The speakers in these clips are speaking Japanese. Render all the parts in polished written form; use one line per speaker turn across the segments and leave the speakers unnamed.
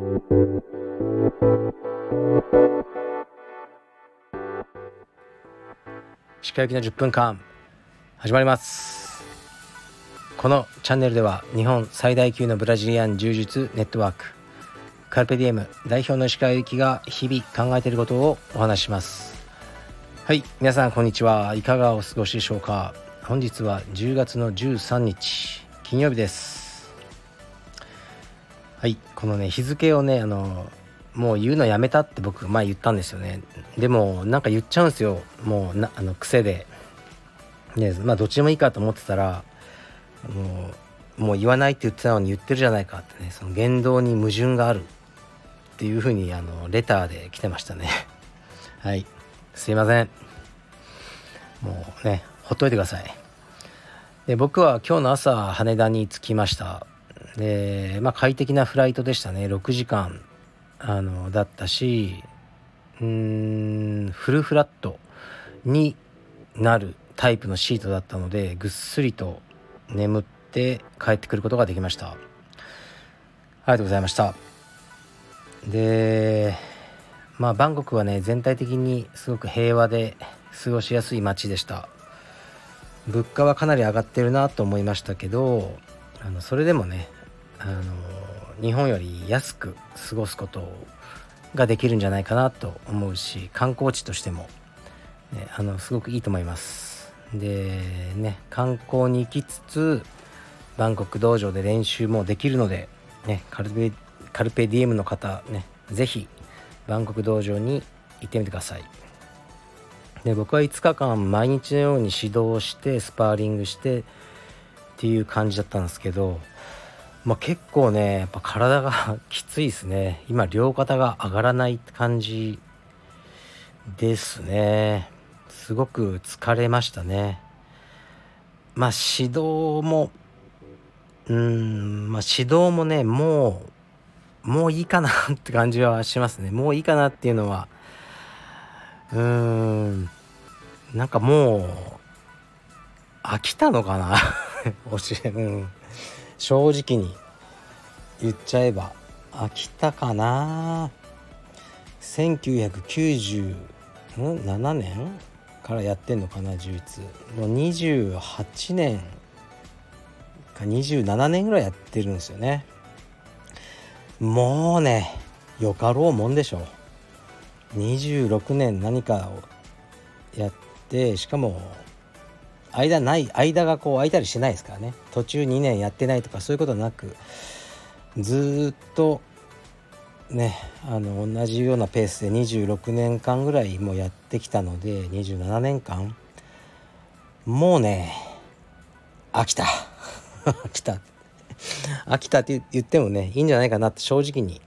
石川行きの10分間始まります。このチャンネルでは日本最大級のブラジリアン柔術ネットワークカルペディエム代表の石川行きが日々考えていることをお話しします。はい、皆さんこんにちは。いかがお過ごしでしょうか。本日は10月の13日金曜日です。はい、このね日付をねもう言うのやめたって僕前言ったんですよね。でもなんか言っちゃうんですよ。もう癖でね、どっちでもいいかと思ってたらもう言わないって言ってたのに言ってるじゃないかってね、その言動に矛盾があるっていう風にレターで来てましたね。はい、すいません。もうねほっといてください。で、僕は今日の朝羽田に着きました。で、快適なフライトでしたね。6時間だったし、フルフラットになるタイプのシートだったので、ぐっすりと眠って帰ってくることができました。ありがとうございました。で、バンコクはね全体的にすごく平和で過ごしやすい街でした。物価はかなり上がってるなと思いましたけど、それでもね日本より安く過ごすことができるんじゃないかなと思うし、観光地としても、ね、すごくいいと思います。でね、観光に行きつつバンコク道場で練習もできるので、ね、カルペディエムの方ね、ぜひバンコク道場に行ってみてください。で、僕は5日間毎日のように指導してスパーリングしてっていう感じだったんですけど、結構ねやっぱ体がきついですね。今両肩が上がらない感じですね。すごく疲れましたね。指導も指導もねもういいかなって感じはしますね。もういいかなっていうのはなんかもう飽きたのかな正直に言っちゃえば飽きたかな。1997年からやってんのかな、柔術もう28年か27年ぐらいやってるんですよね。もうねよかろうもんでしょ。26年何かをやって、しかも間がこう空いたりしないですからね。途中2年やってないとかそういうことなく、ずっとね同じようなペースで26年間ぐらいもうやってきたので、27年間もうね飽きた飽きたって言ってもねいいんじゃないかなって正直に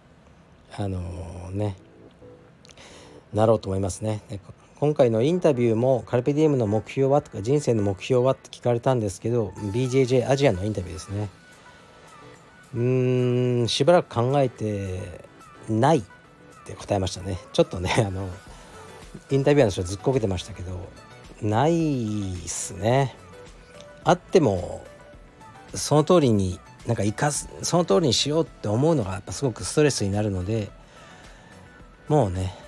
なろうと思いますね。で、今回のインタビューもカルペディエムの目標はとか人生の目標はって聞かれたんですけど、 BJJ アジアのインタビューですね。しばらく考えてないって答えましたね。ちょっとねインタビュアーの人はずっこけてましたけど、ないっすね。あってもその通りにその通りにしようって思うのがやっぱすごくストレスになるので、もうね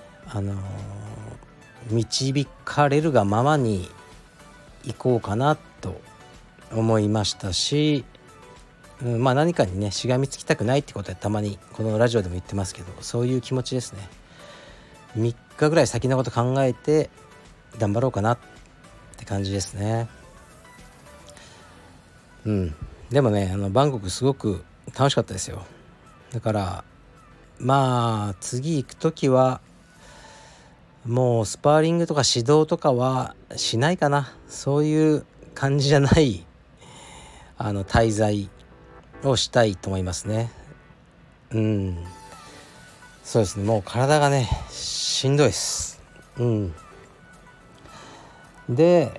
導かれるがままに行こうかなと思いましたし、何かにねしがみつきたくないってことはたまにこのラジオでも言ってますけど、そういう気持ちですね。3日ぐらい先のこと考えて頑張ろうかなって感じですね。でもねバンコクすごく楽しかったですよ。だから次行くときはもうスパーリングとか指導とかはしないかな。そういう感じじゃない滞在をしたいと思いますね。そうですね、もう体がねしんどいです。で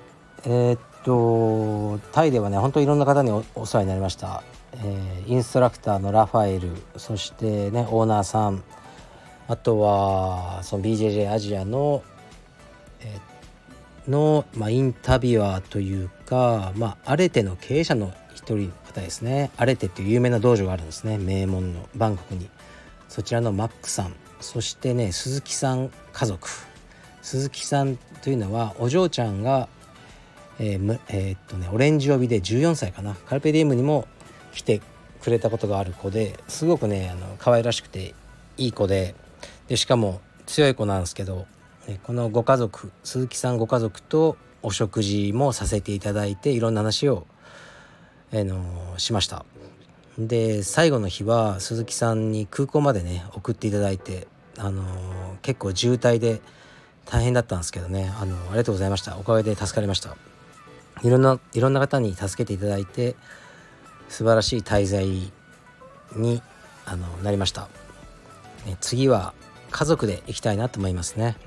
タイではね本当にいろんな方にお世話になりました。インストラクターのラファエル、そしてねオーナーさん、あとはその BJJ アジアのインタビュアーというか、アレテの経営者の一人方ですね。アレテっていう有名な道場があるんですね、名門のバンコクに。 そちらのマックさん、そしてね鈴木さん家族。鈴木さんというのはお嬢ちゃんが、オレンジ帯で14歳かな、カルペディエムにも来てくれたことがある子で、すごくね可愛らしくていい子で、しかも強い子なんですけど、このご家族、鈴木さんご家族とお食事もさせていただいて、いろんな話を、しました。で最後の日は鈴木さんに空港までね送っていただいて、結構渋滞で大変だったんですけどね、ありがとうございました。おかげで助かりました。いろんな方に助けていただいて、素晴らしい滞在になりました。次は家族で行きたいなと思いますね。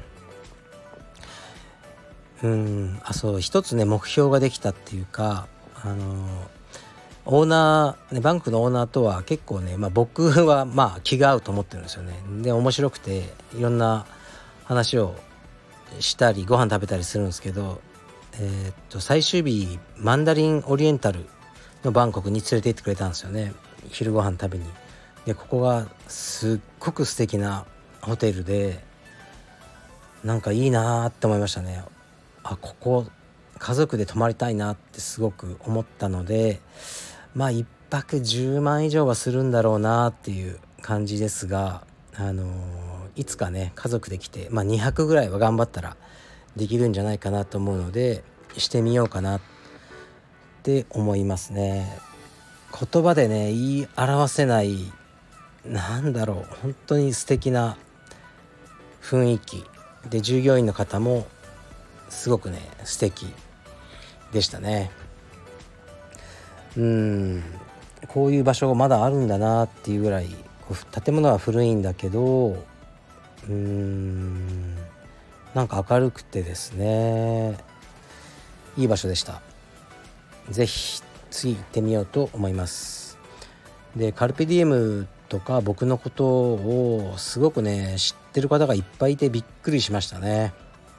そう一つね目標ができたっていうか、オーナー、バンクのオーナーとは結構ね、僕は気が合うと思ってるんですよね。で面白くていろんな話をしたりご飯食べたりするんですけど、最終日マンダリンオリエンタルのバンコクに連れて行ってくれたんですよね、昼ご飯食べに。でここがすっごく素敵なホテルで、なんかいいなって思いましたね。ここ家族で泊まりたいなってすごく思ったので、一泊10万以上はするんだろうなっていう感じですが、いつかね家族で来て、2泊ぐらいは頑張ったらできるんじゃないかなと思うので、してみようかなって思いますね。言葉でね言い表せない、本当に素敵な雰囲気で、従業員の方もすごくね素敵でしたね。こういう場所がまだあるんだなっていうぐらい、建物は古いんだけど、なんか明るくてですね、いい場所でした。ぜひ次行ってみようと思います。でカルペディエムとか僕のことをすごくね知ってる方がいっぱいいてびっくりしましたね。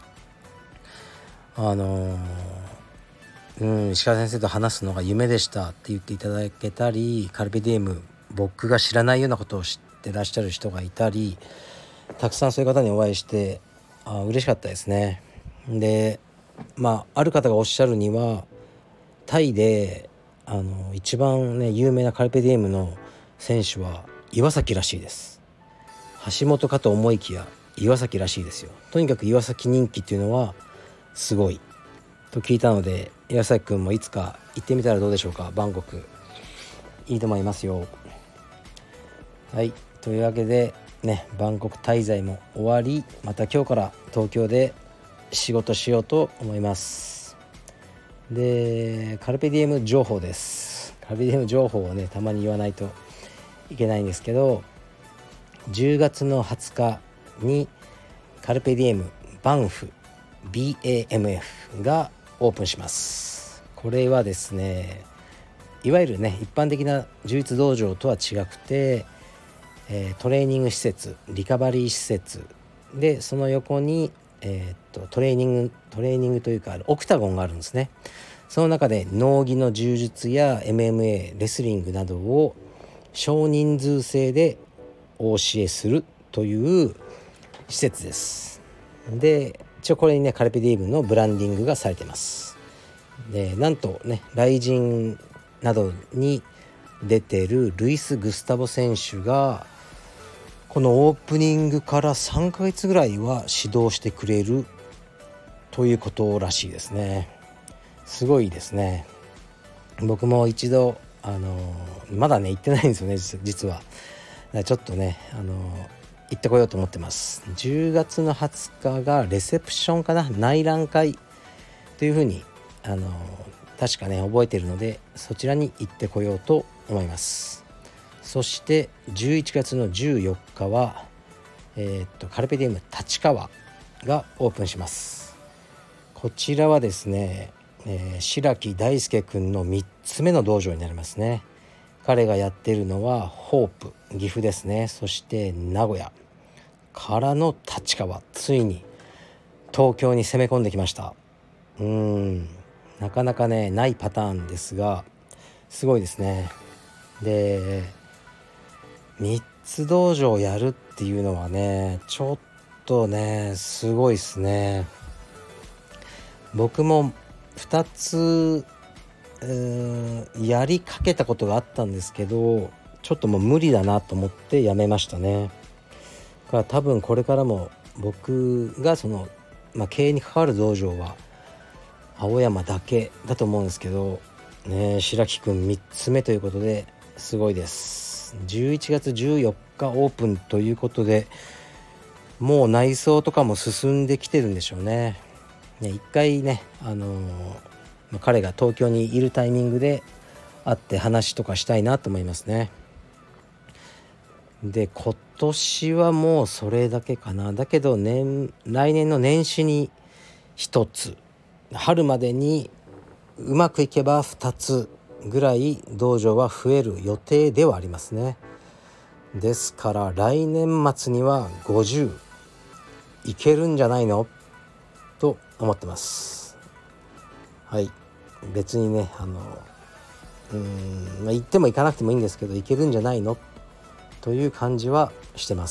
石川先生と話すのが夢でしたって言っていただけたり、カルペディエム僕が知らないようなことを知ってらっしゃる人がいたり、たくさんそういう方にお会いして嬉しかったですね。である方がおっしゃるには、タイで一番ね有名なカルペディエムの選手は岩崎らしいです。橋本かと思いきや岩崎らしいですよ。とにかく岩崎人気っていうのはすごいと聞いたので、岩崎くんもいつか行ってみたらどうでしょうか。バンコクいいと思いますよ。はい、というわけでね、バンコク滞在も終わり、また今日から東京で仕事しようと思います。でカルペディエム情報です。カルペディエム情報をねたまに言わないといけないんですけど、10月の20日にカルペディエムバンフ BAMF がオープンします。これはですね、いわゆるね一般的な柔術道場とは違くて、トレーニング施設、リカバリー施設で、その横に、トレーニングというかオクタゴンがあるんですね。その中で農技の柔術や MMA、レスリングなどを少人数制でお教えするという施設です。で一応これにねカルペディエムのブランディングがされてます。でなんとね雷神などに出てるルイス・グスタボ選手がこのオープニングから3ヶ月ぐらいは指導してくれるということらしいですね。すごいですね。僕も一度まだね行ってないんですよね、実は。ちょっとね行ってこようと思ってます。10月の20日がレセプションかな、内覧会というふうに確かね覚えているので、そちらに行ってこようと思います。そして11月の14日は、カルペディエム立川がオープンします。こちらはですね、白木大輔くんの3つ目の道場になりますね。彼がやっているのはホープ岐阜ですね、そして名古屋からの立川、ついに東京に攻め込んできました。なかなかねないパターンですがすごいですね。で3 つ道場をやるっていうのはね、ちょっとねすごいっすね。僕も2つやりかけたことがあったんですけど、ちょっともう無理だなと思ってやめましたね。だから多分これからも僕が経営に関わる道場は青山だけだと思うんですけどね。白木くん3つ目ということですごいです。11月14日オープンということで、もう内装とかも進んできてるんでしょうね。一回ね、彼が東京にいるタイミングで会って話とかしたいなと思いますね。で今年はもうそれだけかな。だけど来年の年始に1つ、春までにうまくいけば2つぐらい道場は増える予定ではありますね。ですから来年末には50いけるんじゃないのと思ってます。はい、別にね行っても行かなくてもいいんですけど、いけるんじゃないのという感じはしてます。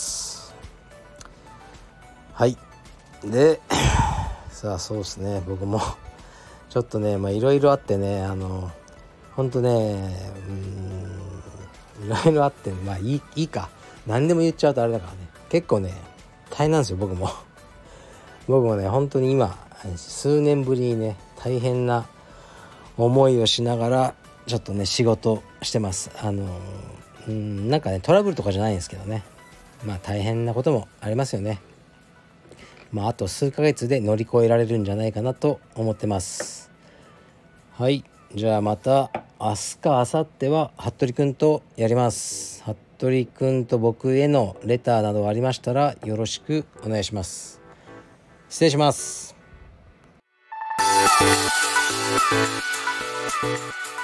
はい。でさあそうですね、僕もちょっとねいろいろあってね、ほんとねいろいろあっていいか、何でも言っちゃうとあれだからね、結構ね大変なんですよ。僕もね本当に今数年ぶりにね大変な思いをしながらちょっとね仕事してます。なんかねトラブルとかじゃないんですけどね、大変なこともありますよね。あと数ヶ月で乗り越えられるんじゃないかなと思ってます。はい、じゃあまた明日か明後日は服部くんとやります。服部くんと僕へのレターなどありましたらよろしくお願いします。失礼します。